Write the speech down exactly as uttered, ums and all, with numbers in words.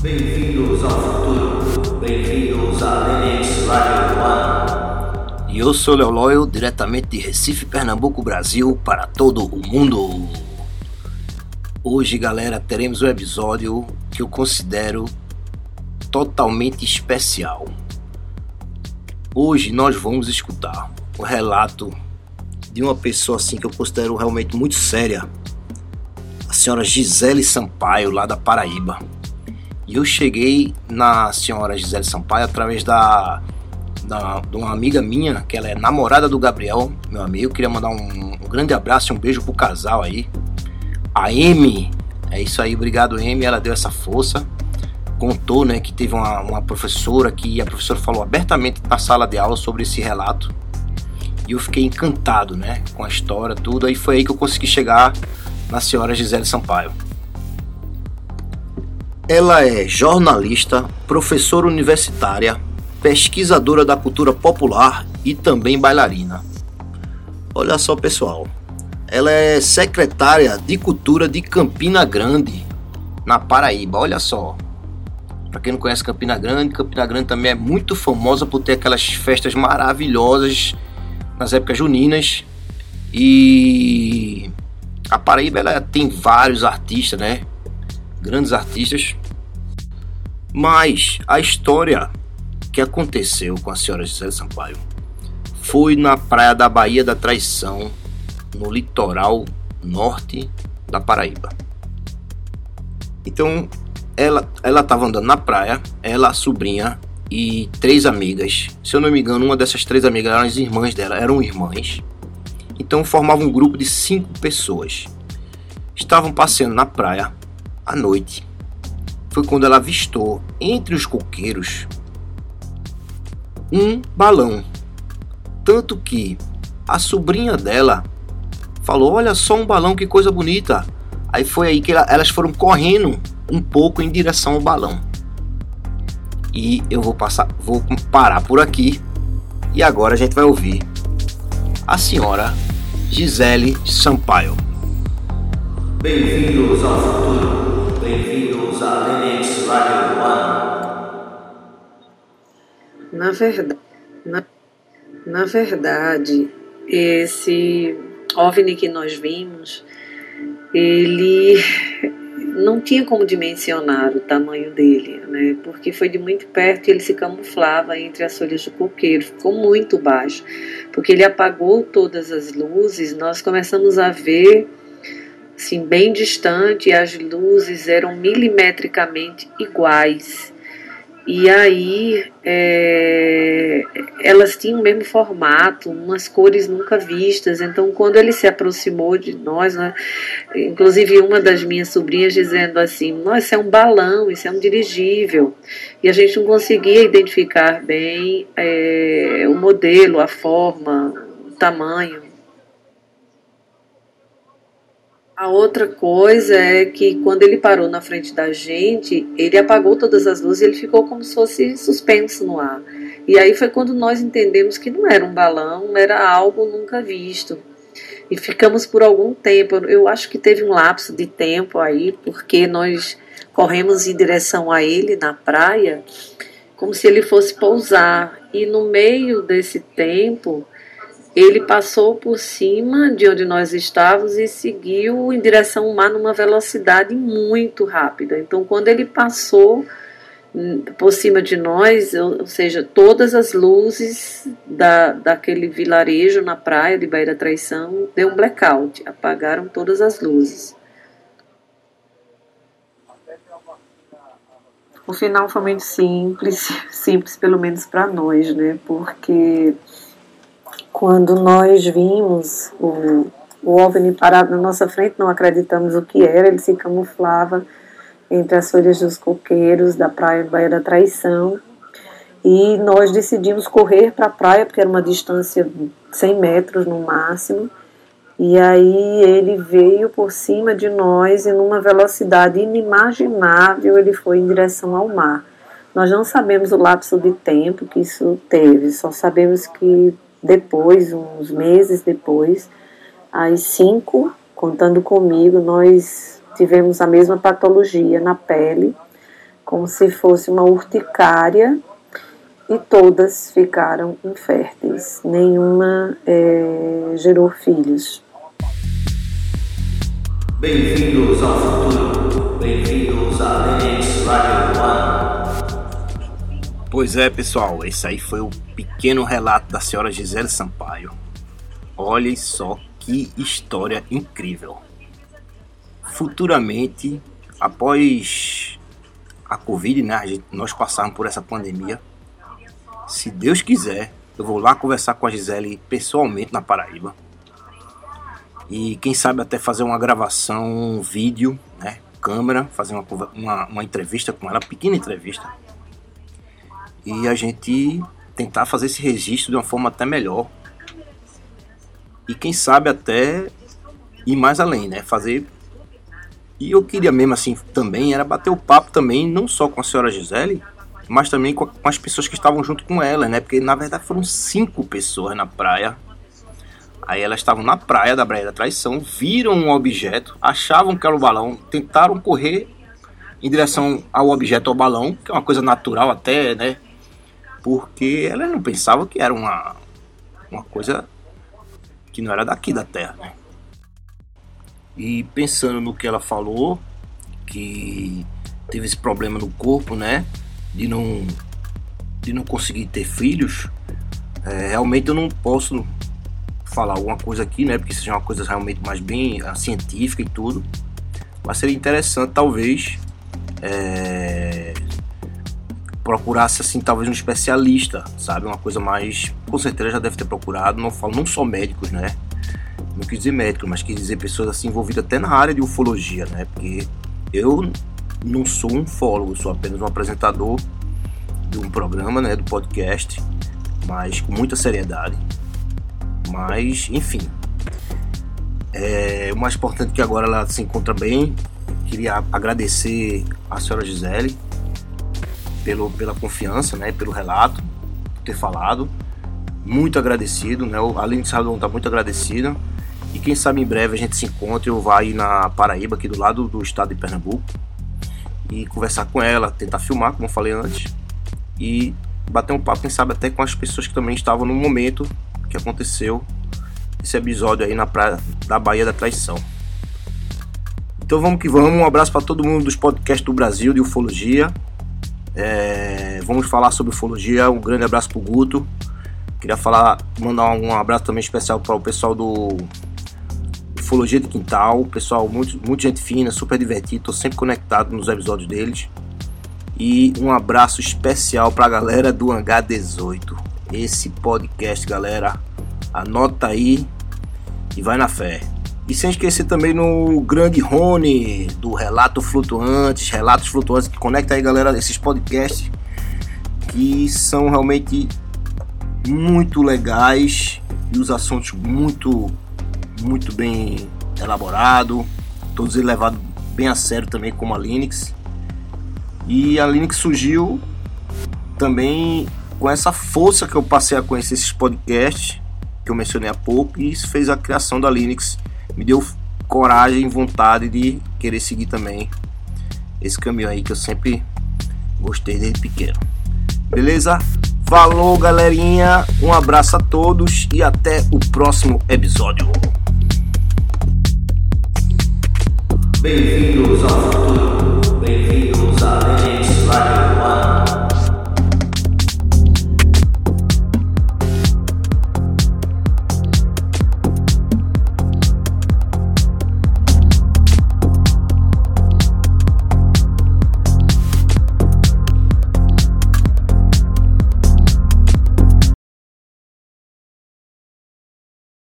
Bem-vindos ao futuro, bem-vindos a Linux Radio One. E eu sou Léo Loyo, diretamente de Recife, Pernambuco, Brasil, para todo o mundo. Hoje, galera, teremos um episódio que eu considero totalmente especial. Hoje nós vamos escutar o relato de uma pessoa assim que eu considero realmente muito séria, a senhora Gisele Sampaio, lá da Paraíba. E eu cheguei na senhora Gisele Sampaio através da, da, de uma amiga minha, que ela é namorada do Gabriel, meu amigo. Queria mandar um, um grande abraço e um beijo pro casal aí. A Amy, é isso aí, obrigado Amy, ela deu essa força. Contou, né, que teve uma, uma professora que a professora falou abertamente na sala de aula sobre esse relato. E eu fiquei encantado, né, com a história, tudo. Aí foi aí que eu consegui chegar na senhora Gisele Sampaio. Ela é jornalista, professora universitária, pesquisadora da cultura popular e também bailarina. Olha só, pessoal, ela é secretária de cultura de Campina Grande, na Paraíba. Olha só, para quem não conhece Campina Grande, Campina Grande também é muito famosa por ter aquelas festas maravilhosas nas épocas juninas. E a Paraíba, ela tem vários artistas, né? Grandes artistas. Mas a história que aconteceu com a senhora Gisele Sampaio foi na praia da Baía da Traição, no litoral norte da Paraíba. Então ela ela estava andando na praia, ela, a sobrinha e três amigas. Se eu não me engano, uma dessas três amigas eram as irmãs dela, eram irmãs. Então formavam um grupo de cinco pessoas. Estavam passeando na praia à noite. Foi quando ela avistou entre os coqueiros um balão. Tanto que a sobrinha dela falou: olha só um balão, que coisa bonita. Aí foi aí que ela, elas foram correndo um pouco em direção ao balão. E eu vou passar, vou parar por aqui. E agora a gente vai ouvir a senhora Gisele Sampaio. Bem-vindos ao futuro, bem-vindos a Linux Radio One. Na verdade, na, na verdade, esse OVNI que nós vimos, ele não tinha como dimensionar o tamanho dele, né? Porque foi de muito perto e ele se camuflava entre as folhas do coqueiro, ficou muito baixo, porque ele apagou todas as luzes. Nós começamos a ver assim, bem distante, as luzes eram milimetricamente iguais. E aí é, elas tinham o mesmo formato, umas cores nunca vistas. Então quando ele se aproximou de nós, né, inclusive uma das minhas sobrinhas dizendo assim: nossa, isso é um balão, isso é um dirigível. E a gente não conseguia identificar bem é, o modelo, a forma, o tamanho. A outra coisa é que quando ele parou na frente da gente, ele apagou todas as luzes e ele ficou como se fosse suspenso no ar. E aí foi quando nós entendemos que não era um balão, era algo nunca visto. E ficamos por algum tempo, eu acho que teve um lapso de tempo aí, porque nós corremos em direção a ele na praia, como se ele fosse pousar. E no meio desse tempo, ele passou por cima de onde nós estávamos e seguiu em direção ao mar numa velocidade muito rápida. Então, quando ele passou por cima de nós, ou seja, todas as luzes da, daquele vilarejo na praia de Baía da Traição deu um blackout, apagaram todas as luzes. O final foi muito simples, simples pelo menos para nós, né? Porque quando nós vimos o, o OVNI parado na nossa frente, não acreditamos o que era. Ele se camuflava entre as folhas dos coqueiros da praia de Baía da Traição. E nós decidimos correr para a praia, porque era uma distância de cem metros no máximo. E aí ele veio por cima de nós e numa velocidade inimaginável ele foi em direção ao mar. Nós não sabemos o lapso de tempo que isso teve, só sabemos que depois, uns meses depois, às cinco, contando comigo, nós tivemos a mesma patologia na pele, como se fosse uma urticária, e todas ficaram inférteis. Nenhuma é, gerou filhos. Bem-vindos ao futuro. Bem-vindos a Linux Radio One. Pois é, pessoal, esse aí foi o pequeno relato da senhora Gisele Sampaio. Olhem só que história incrível. Futuramente, após a Covid, né, a gente, nós passarmos por essa pandemia, se Deus quiser, eu vou lá conversar com a Gisele pessoalmente na Paraíba. E quem sabe até fazer uma gravação, um vídeo, né, câmera, fazer uma, uma, uma entrevista com ela, pequena entrevista. E a gente tentar fazer esse registro de uma forma até melhor. E quem sabe até ir mais além, né, fazer... E eu queria mesmo assim também, era bater o papo também, não só com a senhora Gisele, mas também com as pessoas que estavam junto com ela, né? Porque na verdade foram cinco pessoas na praia. Aí elas estavam na praia da Praia da Traição, viram um objeto, achavam que era o balão, tentaram correr em direção ao objeto, ao balão, que é uma coisa natural até, né? Porque elas não pensavam que era uma, uma coisa que não era daqui da Terra, né? E pensando no que ela falou, que teve esse problema no corpo, né? De não, de não conseguir ter filhos, é, realmente eu não posso falar alguma coisa aqui, né, porque seja uma coisa realmente mais bem a, científica e tudo, mas seria interessante talvez é, procurasse assim talvez um especialista, sabe, uma coisa mais, com certeza já deve ter procurado, não falo não só médicos, né, não quis dizer médicos, mas quis dizer pessoas assim envolvidas até na área de ufologia, né, porque eu não sou um ufólogo, sou apenas um apresentador de um programa, né, do podcast, mas com muita seriedade. Mas, enfim, é, o mais importante é que agora ela se encontra bem. Queria agradecer a senhora Gisele pelo, pela confiança, né, pelo relato, por ter falado. Muito agradecido, né, a Linux Radio One está muito agradecida. E quem sabe em breve a gente se encontre ou vai na Paraíba, aqui do lado do estado de Pernambuco, e conversar com ela, tentar filmar, como eu falei antes, e bater um papo, quem sabe até com as pessoas que também estavam no momento que aconteceu esse episódio aí na praia da Baía da Traição. Então vamos que vamos, um abraço para todo mundo dos podcasts do Brasil de ufologia. É, vamos falar sobre ufologia, um grande abraço pro Guto. Queria falar, mandar um abraço também especial para o pessoal do Ufologia de Quintal, pessoal muito, muito gente fina, super divertido, tô sempre conectado nos episódios deles. E um abraço especial pra galera do Hangar dezoito. Esse podcast, galera, anota aí e vai na fé. E sem esquecer também no grande Rony do Relato Flutuantes, Relatos Flutuantes, que conecta aí, galera, esses podcasts que são realmente muito legais e os assuntos muito muito bem elaborado, todos eles levados bem a sério também, como a Linux. E a Linux surgiu também com essa força que eu passei a conhecer esses podcasts que eu mencionei há pouco, e isso fez a criação da Linux, me deu coragem e vontade de querer seguir também esse caminho aí que eu sempre gostei desde pequeno. Beleza? Falou, galerinha, um abraço a todos e até o próximo episódio. Bem-vindos ao futuro.